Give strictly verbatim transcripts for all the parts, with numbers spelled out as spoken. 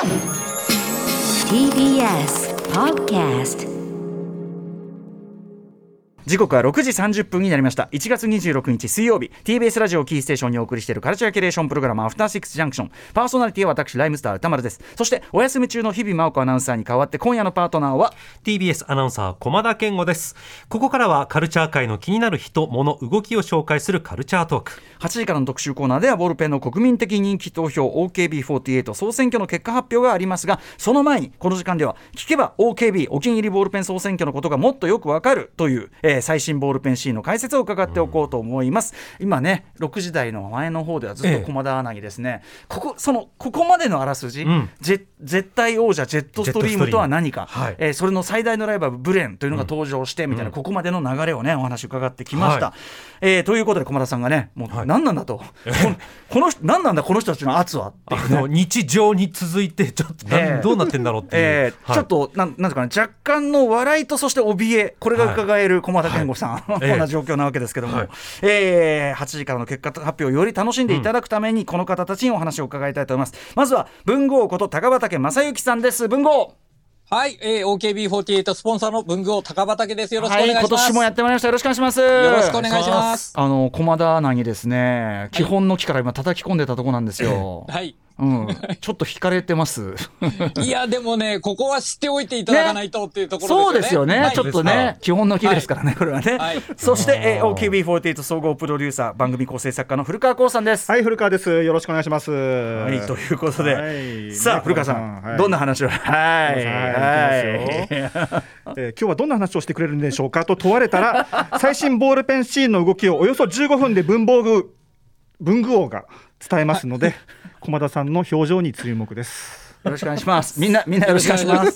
ティービーエス Podcast。時刻はろくじさんじゅっぷんになりました。いちがつにじゅうろくにち水曜日、 ティービーエス ラジオキーステーションにお送りしているカルチャーキュレーションプログラムアフターシックスジャンクション。パーソナリティは私ライムスター歌丸です。そしてお休み中の日々真央子アナウンサーに代わって今夜のパートナーはティービーエス アナウンサー駒田健吾です。ここからはカルチャー界の気になる人物動きを紹介するカルチャートーク。 はちじからの特集コーナーではボールペンの国民的人気投票 オーケービーフォーティーエイト 総選挙の結果発表がありますが、その前にこの時間では聞けば オーケービー お気に入りボールペン総選挙のことがもっとよくわかるという、えー、最新ボールペンシーンの解説を伺っておこうと思います、うん、今ねろくじ台の前の方ではずっと駒田アナにですね、ええ、ここそのここまでのあらすじ、うん、絶対王者ジェットストリームとは何か、はい、えー、それの最大のライバルブレンというのが登場してみたいな、うん、ここまでの流れをねお話伺ってきました、はい、えー、ということで駒田さんがねもう何なんだと、はい、こ, この何なんだこの人たちの圧はっていう、ね、 あの日常に続いてちょっと、えー、どうなってんだろうっていう、 えーはい、ちょっとなんなんていうかね、若干の笑いとそして怯え、これが伺える駒田健吾さん、はいはい、こんな状況なわけですけども、はい、えー、はちじからの結果発表をより楽しんでいただくために、うん、この方たちにお話を伺いたいと思います。まずは文豪こと高畠正幸さんです。文豪。 はい、えー、オーケービーフォーティーエイト スポンサーの文豪高畠です。よろしくお願いします。 はい、今年もやってまいりました。よろしくお願いします。 よろしくお願いします。 あの駒田アナにですね、基本の木から今叩き込んでたとこなんですよ。 はい。 うん、ちょっと惹かれてますいやでもね、ここは知っておいていただかないと、ね、っていうところですよね。 そうですよね、 はい、 ちょっとね基本の木ですからね、はい、これはね、はい、そして、えー、オーケービーフォーティーエイト 総合プロデューサー番組構成作家の古川光さんです。 はい、古川です。よろしくお願いします。 はい、ということで、はい、さあ、ね、古川さん、はい、どんな話をはいはい、はい、 えー、今日はどんな話をしてくれるんでしょうかと問われたら最新ボールペンシーンの動きをおよそじゅうごふんで文房具文具王が伝えますので、はい、駒田さんの表情に注目です。 よろしくお願いします。みんなみんなよろしくお願いします。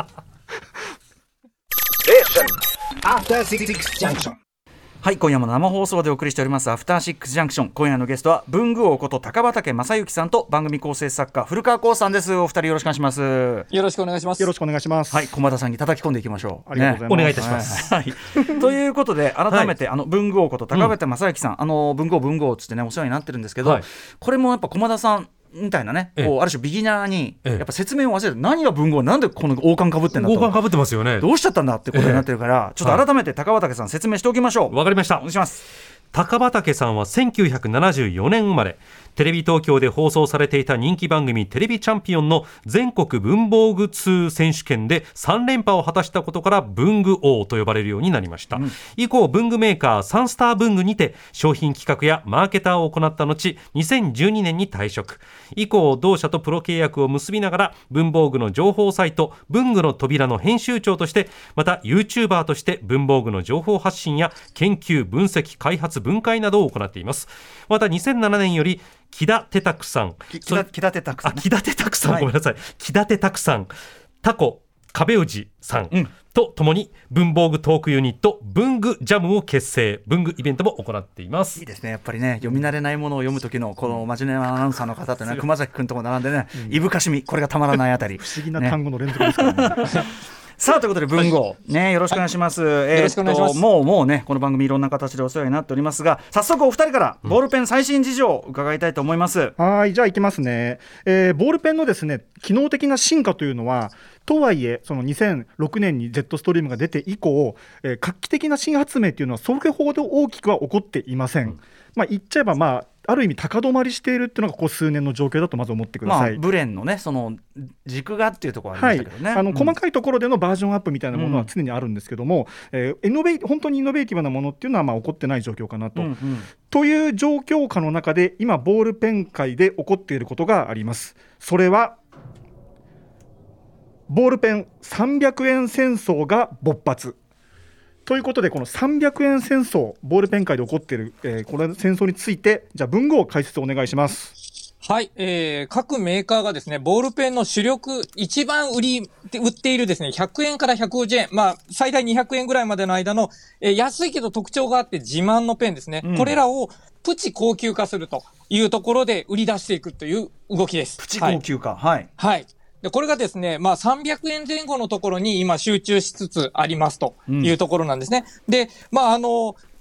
はい、今夜も生放送でお送りしておりますアフターシックスジャンクション。今夜のゲストは文具王こと高畠正幸さんと番組構成作家古川光さんです。お二人よろしくお願いします。 よろしくお願いします。 よろしくお願いします。 はい、駒田さんに叩き込んでいきましょう。 ありがとうございます、ね、 お願いいたします、 はいはい、ということで改めて、はい、あの文具王こと高畠正幸さん、うん、あの文具王文具王っつってねお世話になってるんですけど、はい、これもやっぱ駒田さんみたいなね、こうある種ビギナーにやっぱ説明を忘れて、何が文豪なんでこの王冠かぶってんだと、 王冠かぶってますよね、 どうしちゃったんだってことになってるから、ちょっと改めて高畠さん説明しておきましょう。 わかりました。 お願いします。 高畠さんはせんきゅうひゃくななじゅうよねん生まれ、テレビ東京で放送されていた人気番組テレビチャンピオンの全国文房具通選手権でさん連覇を果たしたことから文具王と呼ばれるようになりました、うん、以降文具メーカーサンスター文具にて商品企画やマーケターを行った後にせんじゅうにねんに退職。以降同社とプロ契約を結びながら文房具の情報サイト文具の扉の編集長として、また YouTuber として文房具の情報発信や研究分析開発分解などを行っています。またにせんななねんより木田手拓さん木田手拓さん、 ね、木田手拓さん、はい、ごめんなさい、木田手拓さん、タコ壁氏さん、うん、とともに文房具トークユニット文具ジャムを結成、文具イベントも行っています。 いいですね、やっぱりね、読み慣れないものを読む時のこの真面目なアナウンサーの方というのは熊崎君とも並んでね、いぶかしみ、これがたまらないあたり不思議な単語の連続ですからねさあということで文豪、ね、よろしくお願いします。えー、もうもうねこの番組いろんな形でお世話になっておりますが、早速お二人からボールペン最新事情を伺いたいと思います、 うん、はい、じゃあいきますね、えー、ボールペンのですね機能的な進化というのはとはいえそのにせんろくねんにジェットストリームが出て以降、えー、画期的な新発明というのはそれほど大きくは起こっていません、うん、まあ、言っちゃえばまあある意味高止まりしているっていうのがここ数年の状況だとまず思ってください、 まあ、ブレンのねその軸がっていうところはありましたけどね、 はい、あの細かいところでのバージョンアップみたいなものは常にあるんですけども、うん、えー、イノベ本当にイノベーティブなものっていうのはまあ起こってない状況かなと、うんうん、という状況下の中で今ボールペン界で起こっていることがあります。それはボールペンさんびゃくえん戦争が勃発ということで、このさんびゃくえん戦争ボールペン界で起こっている、えー、この戦争についてじゃあ文豪解説をお願いします。 はい、えー、各メーカーがですねボールペンの主力一番売り売っているですねひゃくえんからひゃくごじゅうえん、まあ最大にひゃくえんぐらいまでの間の、えー、安いけど特徴があって自慢のペンですね、うん、これらをプチ高級化するというところで売り出していくという動きです。 プチ高級化、はい、 はい、でこれがですね、まあさんびゃくえんぜん後のところに今集中しつつありますというところなんですね。うん、で、まああの、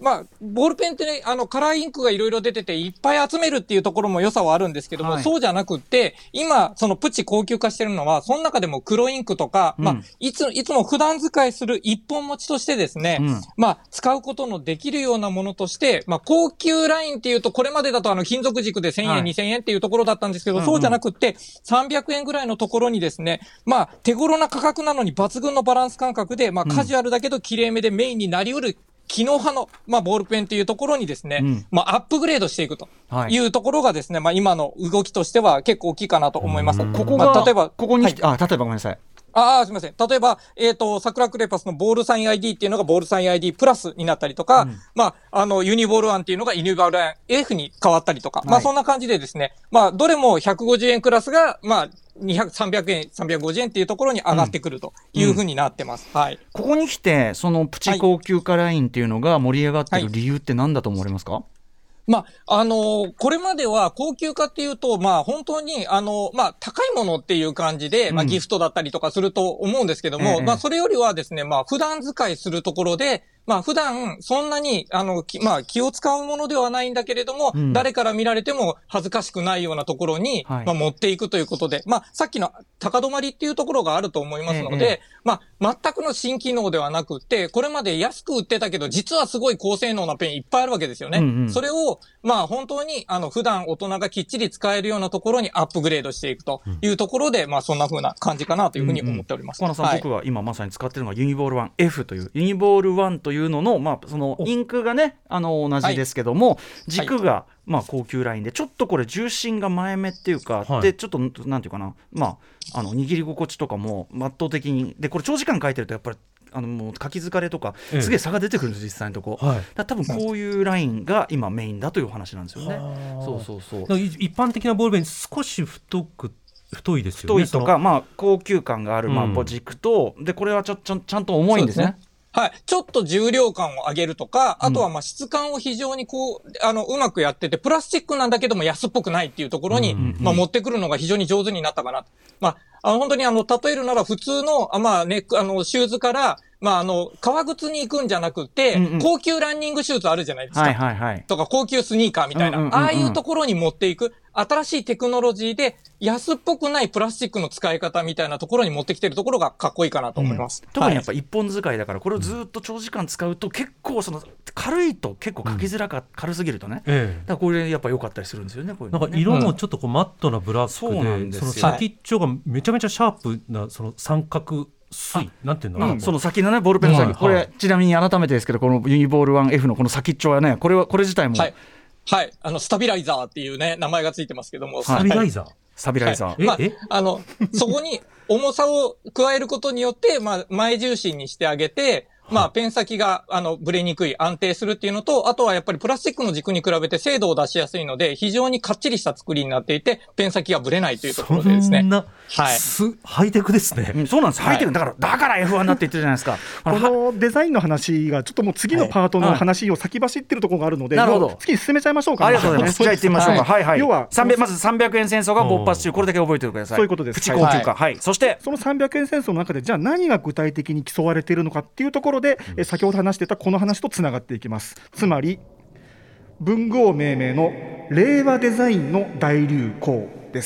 まあ、ボールペンってね、あの、カラーインクがいろいろ出てて、いっぱい集めるっていうところも良さはあるんですけども、はい、そうじゃなくって、今、そのプチ高級化してるのは、その中でも黒インクとか、うん、まあ、いつ、いつも普段使いする一本持ちとしてですね、うん、まあ、使うことのできるようなものとして、まあ、高級ラインっていうと、これまでだとあの、金属軸でせんえん、はい、にせんえんっていうところだったんですけど、うんうん、そうじゃなくって、さんびゃくえんぐらいのところにですね、まあ、手頃な価格なのに抜群のバランス感覚で、まあ、カジュアルだけど綺麗めでメインになり得る、機能派の、まあ、ボールペンというところにですね、うん、まあ、アップグレードしていくというところがですね、はい、まあ、今の動きとしては結構大きいかなと思います。 ここが、まあ、例えば、ここに、はい、あ、例えばごめんなさい。 ああ、すみません。例えば、えっと、桜クレパスのボールサイン アイディー っていうのがボールサイン アイディー プラスになったりとか、うん、まあ、あの、ユニボールワンっていうのがユニボールワン F に変わったりとか、はい、まあ、そんな感じでですね、まあ、どれもひゃくごじゅうえんクラスが、まあ、にひゃく、さんびゃくえん、さんびゃくごじゅうえんっていうところに上がってくるというふうになってます。うんうん、はい。 ここに来て、そのプチ高級化ラインっていうのが盛り上がってる理由って何だと思われますか？はい、 まあ、あのー、これまでは高級化っていうと、まあ、本当に、あのー、まあ、高いものっていう感じで、まあ、ギフトだったりとかすると思うんですけども、うん、まあ、それよりはですね、まあ、普段使いするところで、まあ普段そんなにあのまあ気を使うものではないんだけれども、うん、誰から見られても恥ずかしくないようなところに、はい、まあ持っていくということで、まあさっきの高止まりっていうところがあると思いますので、ええ、まあ全くの新機能ではなくて、これまで安く売ってたけど実はすごい高性能なペンいっぱいあるわけですよね。うんうん、それをまあ本当にあの普段大人がきっちり使えるようなところにアップグレードしていくというところで、うん、まあそんな風な感じかなというふうに思っております。 小野さん、はい、僕が今まさに使っているのがユニボールワン F というユニボールワンというののまあそのインクがねあの同じですけども、はい、軸が、はい、まあ高級ラインでちょっとこれ重心が前目っていうか、はい、でちょっとなんていうかなまああの握り心地とかも圧倒的にでこれ長時間書いてるとやっぱりあのもう書き疲れとかすげえ差が出てくるんです、ええ、実際のとこ、はい、だ多分こういうラインが今メインだという話なんですよね。そうそうそう一般的なボールペン少し太く太いですよね。 太いとか、まあ、高級感がある、まあ、軸と、うん、でこれはちょちゃん、ちゃんと重いんですね。 はい。ちょっと重量感を上げるとか、あとはまあ質感を非常にこう、あの、うまくやってて、プラスチックなんだけども安っぽくないっていうところに、うんうんうん、まあ持ってくるのが非常に上手になったかな。まあ、あの、本当にあの、例えるなら普通の、あまあね、あの、シューズから、まあ、あの、革靴に行くんじゃなくて、うんうん、高級ランニングシューズあるじゃないですか。はいはいはい。とか、高級スニーカーみたいな、うんうんうんうん、ああいうところに持っていく、新しいテクノロジーで、安っぽくないプラスチックの使い方みたいなところに持ってきてるところがかっこいいかなと思います。 うん、特にやっぱ一本使いだから、これをずっと長時間使うと、結構その、軽いと結構書きづらか、うん、軽すぎるとね。ええ、だからこれやっぱ良かったりするんですよね、こういうのね。 なんか色もちょっとこうマットなブラックで、そうなんですよ。その先っちょがめちゃめちゃシャープな、その三角、水なんていうの、 うん、その先のねボールペンの先、はい、これちなみに改めてですけどこのユニボール ワンエフ のこの先っちょはねこれはこれ自体もはい、はい、あのスタビライザーっていうね名前がついてますけども、はい、 スタビライザー、 スタビライザー、はい、 まあ、あのそこに重さを加えることによって、まあ、前重心にしてあげてまあ、ペン先が、あの、ブレにくい、安定するっていうのと、あとはやっぱりプラスチックの軸に比べて精度を出しやすいので、非常にかっちりした作りになっていて、ペン先がブレないというところでですね。 そんな、はい。ハイテクですね。 うん、そうなんです。ハイテク。だから、だから エフワン になって言ってるじゃないですか。 このデザインの話が、ちょっともう次のパートの話を先走ってるところがあるので、なるほど。次に進めちゃいましょうか。 ありがとうございます。じゃあ行ってみましょうか。はいはい。要は、まずさんびゃくえん戦争が勃発中、これだけ覚えておいてください。 そういうことです。 プチ高級化。はい。そして、 そのさんびゃくえん戦争の中で、じゃあ何が具体的に競われているのかっていうところで、先ほど話してたこの話とつながっていきます。つまり文豪命名の令和デザインの大流行です。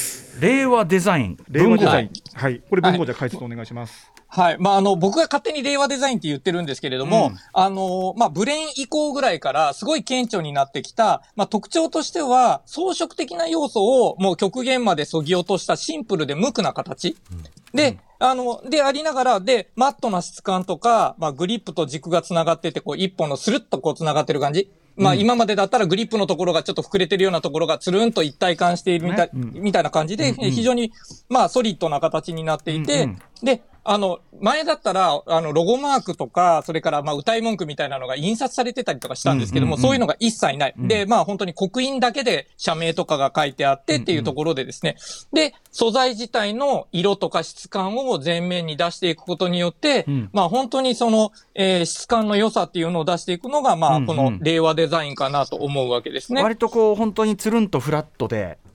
令和デザイン、 令和デザイン、はい、これ文豪じゃ解説お願いします。 はい。まあ、あの、僕が勝手に令和デザインって言ってるんですけれども、うん、あの、まあ、ブレーン以降ぐらいからすごい顕著になってきた、まあ、特徴としては、装飾的な要素をもう極限まで削ぎ落としたシンプルで無垢な形。うん、で、うんあの、でありながら、で、マットな質感とか、まあ、グリップと軸が繋がってて、こう、一本のスルッとこう繋がってる感じ。まあ、今までだったらグリップのところがちょっと膨れてるようなところがつるんと一体感しているみたい、ねうん、みたいな感じで、うんうん、非常に、まあ、ソリッドな形になっていて、うんうん、で、あの、前だったら、あの、ロゴマークとか、それから、まあ、歌い文句みたいなのが印刷されてたりとかしたんですけども、うんうんうん、そういうのが一切ない。うん、で、まあ、本当に刻印だけで社名とかが書いてあってっていうところでですね、うんうん、で、素材自体の色とか質感を前面に出していくことによって、うん、まあ、本当にその、えー、質感の良さっていうのを出していくのが、まあ、この令和デザインかなと思うわけですね。 割とこう、本当につるんとフラットで、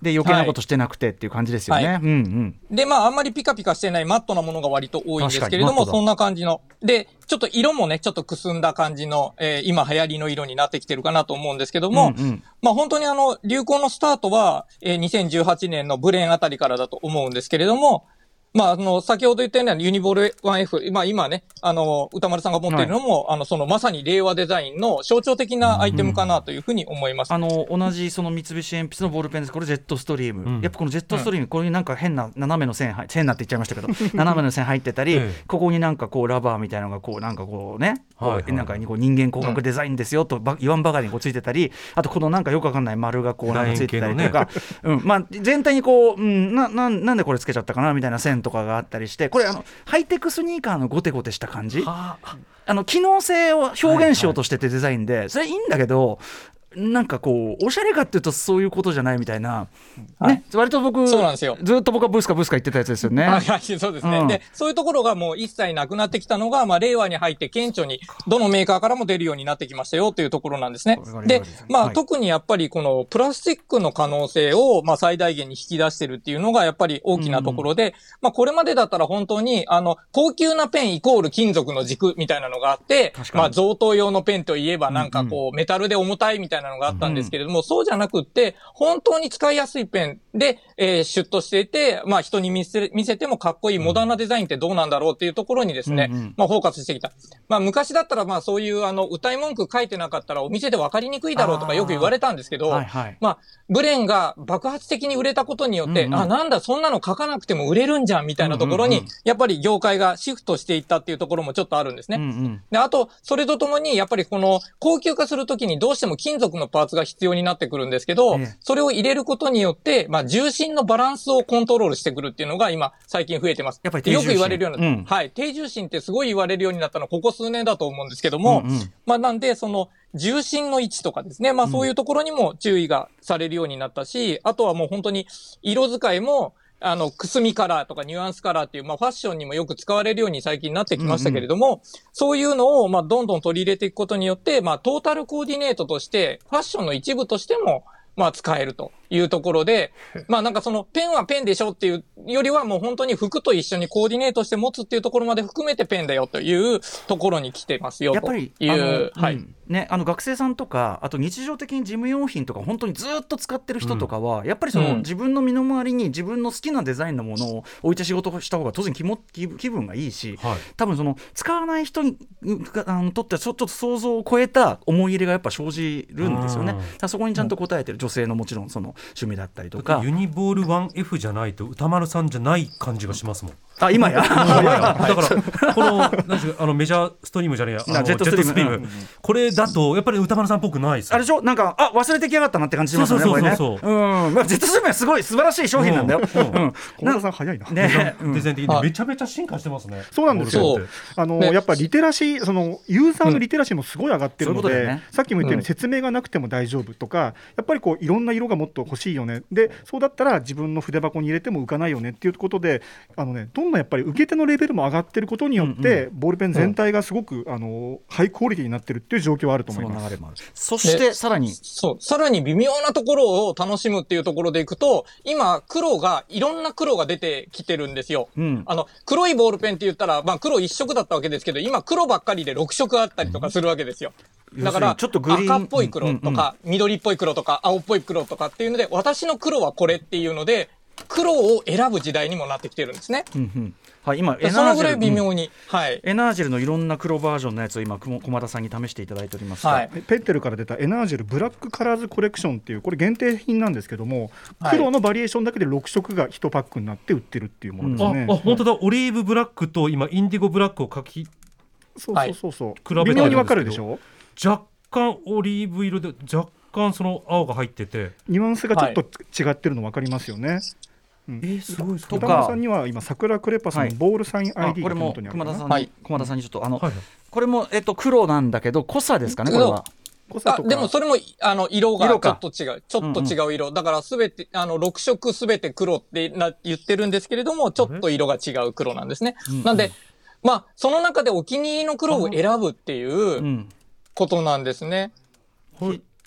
で余計なことしてなくてっていう感じですよね、はい、うんうん、 でまああんまりピカピカしてないマットなものが割と多いんですけれども、そんな感じのでちょっと色もねちょっとくすんだ感じの、えー、今流行りの色になってきてるかなと思うんですけども、うんうん、まあ本当にあの流行のスタートは、えー、にせんじゅうはちねんのブレーンあたりからだと思うんですけれども、まあ、あの、先ほど言ったようなユニボール ワンエフ、まあ今ね、あの、歌丸さんが持っているのも、はい、あの、そのまさに令和デザインの象徴的なアイテムかなというふうに思います。 うん、あの、同じその三菱鉛筆のボールペンです。これジェットストリーム。うん、やっぱこのジェットストリーム、うん、これになんか変な斜めの線、変なって言っちゃいましたけど、斜めの線入ってたり、ええ、ここになんかこうラバーみたいなのがこう、なんかこうね、はいはい、なんかこう人間工学デザインですよと言わんばかりにこうついてたり、あとこのなんかよくわかんない丸がこうなんかついてたりとか、ね、うん、まあ全体にこう、うん、な、な、なんでこれつけちゃったかなみたいな線とかがあったりして、これあのハイテクスニーカーのゴテゴテした感じ、はあ、あの機能性を表現しようとしててデザインで、はいはい、それいいんだけど、なんかこうおしゃれかっていうとそういうことじゃないみたいな、はい、ね、割と僕そうなんですよ、 ずっと僕はブスカブスカ言ってたやつですよね。 はいはい、そうですね、うん、でそういうところがもう一切なくなってきたのが、まあ、令和に入って顕著にどのメーカーからも出るようになってきましたよというところなんですね。で、まあ、はい、特にやっぱりこのプラスチックの可能性をまあ最大限に引き出してるっていうのがやっぱり大きなところで、うん、まあ、これまでだったら本当にあの高級なペンイコール金属の軸みたいなのがあって、まあ、贈答用のペンといえばなんかこう、うんうん、メタルで重たいみたいなのがあったんですけど、うん、もうそうじゃなくって、本当に使いやすいペンで、えー、シュッとしていて、まあ人に見せ、見せてもかっこいいモダンなデザインってどうなんだろうっていうところにですね、うんうん、まあフォーカスしてきた。まあ昔だったらまあそういうあの歌い文句書いてなかったらお店で分かりにくいだろうとかよく言われたんですけど、はいはい、まあブレンが爆発的に売れたことによって、うんうん、あ、なんだそんなの書かなくても売れるんじゃんみたいなところに、うんうんうん、やっぱり業界がシフトしていったっていうところもちょっとあるんですね。うんうん、で、あと、それとともにやっぱりこの高級化するときにどうしても金属のパーツが必要になってくるんですけど、ええ、それを入れることによって、まあ、重心のバランスをコントロールしてくるっていうのが今、最近増えてます。 やっぱり低重心。 よく言われるような、うん、はい。低重心ってすごい言われるようになったのはここ数年だと思うんですけども、うんうん、まあ、なんで、その、重心の位置とかですね。まあ、そういうところにも注意がされるようになったし、あとはもう本当に色使いも、あの、くすみカラーとかニュアンスカラーっていう、まあ、ファッションにもよく使われるように最近なってきましたけれども、うんうん、そういうのを、まあ、どんどん取り入れていくことによって、まあ、トータルコーディネートとして、ファッションの一部としても、まあ使えるというところで、まあなんかそのペンはペンでしょっていうよりはもう本当に服と一緒にコーディネートして持つっていうところまで含めてペンだよというところに来てますよという。 やっぱり、 はい、 うんね、あの学生さんとかあと日常的に事務用品とか本当にずっと使ってる人とかは、うん、やっぱりその、うん、自分の身の回りに自分の好きなデザインのものを置いて仕事をした方が当然気も気分がいいし、はい、多分その使わない人にあのとってはちょっと想像を超えた思い入れがやっぱ生じるんですよね。だそこにちゃんと応えてる女性のもちろんその趣味だったりとか、 ユニボール ワンエフ じゃないと歌丸さんじゃない感じがしますもん。 あ今やだからこのなんかあのメジャーストリームじゃねえやあのジェットストリーム、うん、これだとやっぱり歌丸さんっぽくないです。 あれでしょ、なんかあ忘れてきやがったなって感じしますよね。そうそうそうそう、うん、まあ、ジェットストリームはすごい素晴らしい商品なんだよ。 小田さん早いな、 ね、デザイン的にめちゃめちゃ進化してますね。 そうなんですよ。あの、ね、やっぱりリテラシーそのユーザーのリテラシーもすごい上がってるので、うんね、さっきも言ったように説明がなくても大丈夫とか、やっぱりこういろんな色がもっと欲しいよね、でそうだったら自分の筆箱に入れても浮かないよねっていうことで、あのね、どんどんやっぱり受け手のレベルも上がってることによって、うんうん、ボールペン全体がすごく、うん、あのハイクオリティになってるっていう状況はあると思います。 そしてさらにそうさらに微妙なところを楽しむっていうところでいくと、今黒がいろんな黒が出てきてるんですよ。うん、あの黒いボールペンって言ったら、まあ、黒一色だったわけですけど、今黒ばっかりでろく色あったりとかするわけですよ。だからちょっとグリーン赤っぽい黒とか、うんうん、緑っぽい黒とか青っぽい黒とかっていうので、私の黒はこれっていうので黒を選ぶ時代にもなってきてるんですね。うんうん、はい、今エナージェル、そのぐらい微妙に、うん、はい、 エナージェルのいろんな黒バージョンのやつを今駒田さんに試していただいております、はい、 ペッテルから出たエナージェルブラックカラーズコレクションっていうこれ限定品なんですけども、黒のバリエーションだけでろく色がいちパックになって売ってるっていうものですね。 うん、ああ本当だ、オリーブブラックと今インディゴブラックを書きそうそうそうそう、 比べてるんですけど、 微妙に分かるでしょ。 若干オリーブ色で若干その青が入っててニュアンスがちょっと違ってるの分かりますよね。はい、 うん、えー、すごい。 歌丸さんには今桜クレパスのボールサイン アイディー が手元にあるかな。 これも熊田さんに、はい、熊田さんにちょっとあの、はい、これも、えっと、黒なんだけど濃さですかね、これは。 濃さとか、あでもそれもあの色がちょっと違うちょっと違う色、うんうん、だからすべてあのろく色すべて黒ってな言ってるんですけれども、ちょっと色が違う黒なんですね。うんうん、なんでまあその中でお気に入りの黒を選ぶっていうことなんですね。 ひ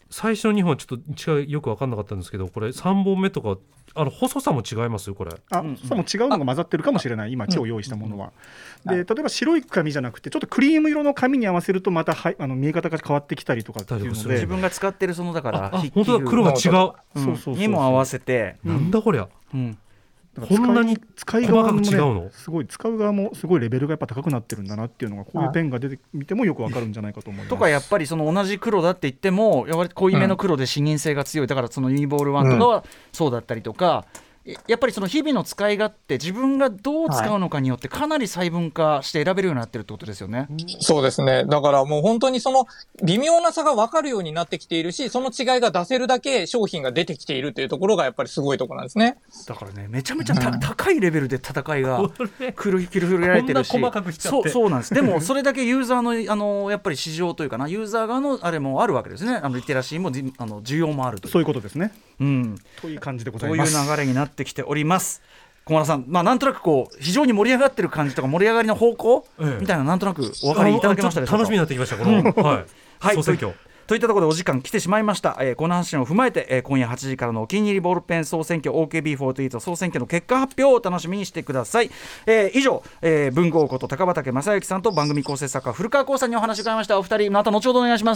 最初のにほんはちょっと違いよく分かんなかったんですけど、これさんぼんめとかあの細さも違いますよこれ。 あ、うん、そうも違うのが混ざってるかもしれない、今地を用意したものは、うん、で例えば白い紙じゃなくてちょっとクリーム色の紙に合わせるとまたはあの見え方が変わってきたりとかっていうので、 自分が使ってるそのだからああ本当だ黒が違う、うん、 そうそうそうにも合わせて、 うん、なんだこりゃ、 うん、 こんなに使い側も、ね、 細かく違うのすごい使う側もすごいレベルがやっぱ高くなってるんだなっていうのがこういうペンが出てみてもよくわかるんじゃないかと思います。 とかやっぱりその同じ黒だって言ってもやっぱり濃いめの黒で視認性が強い、だからそのユニボールワンとかはそうだったりとか、うん、やっぱりその日々の使い勝手自分がどう使うのかによってかなり細分化して選べるようになってるってことですよね。 そうですね。だからもう本当にその微妙な差が分かるようになってきているし、その違いが出せるだけ商品が出てきているというところがやっぱりすごいところなんですね。 だからねめちゃめちゃた、うん、高いレベルで戦いが繰り広げられてるし、 こんな細かくしちゃって、 そう、そうなんです。でもそれだけユーザーの、あのやっぱり市場というかな、ユーザー側のあれもあるわけですね。あのリテラシーもあの需要もあるという、 そういうことですね、 うん、 という感じでございます。 そういう流れになってきております。小村さん、まあ、なんとなくこう非常に盛り上がってる感じとか盛り上がりの方向、ええ、みたいななんとなくお分かりいただけましたでしょうか。 楽しみになってきましたこの、はいはい、総選挙といったところでお時間来てしまいました、えー、この話を踏まえて、えー、今夜はちじからのお気に入りボールペン総選挙 オーケービーフォーティーエイト 総選挙の結果発表をお楽しみにしてください。えー、以上、えー、文豪こと高畑正幸さんと番組構成作家古川光さんにお話を伺いました。お二人また後ほどお願いします。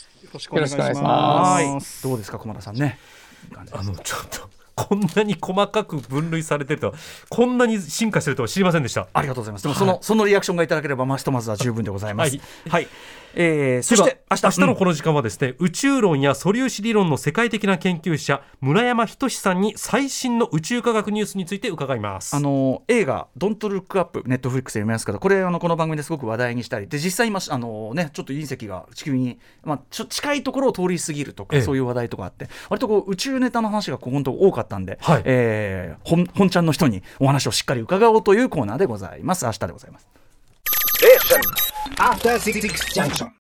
よろしくお願いします。 はい、どうですか小村さんね。 あのちょっとこんなに細かく分類されてるとは、こんなに進化してるとは知りませんでした。 ありがとうございます。でもその、はい、そのリアクションがいただければまひとまずは十分でございます。はい、はい、えー、そして明日、 明日のこの時間はですね、うん、宇宙論や素粒子理論の世界的な研究者村山仁さんに最新の宇宙科学ニュースについて伺います。 あの映画ドントルックアップネットフリックスで見ますけど、これあのこの番組ですごく話題にしたりで、実際今あの、ね、ちょっと隕石が地球に、まあ、ちょ近いところを通り過ぎるとか、ええ、そういう話題とかあって割とこう宇宙ネタの話がこう本当多かったんで、はい、えー、本, 本ちゃんの人にお話をしっかり伺おうというコーナーでございます。明日でございます。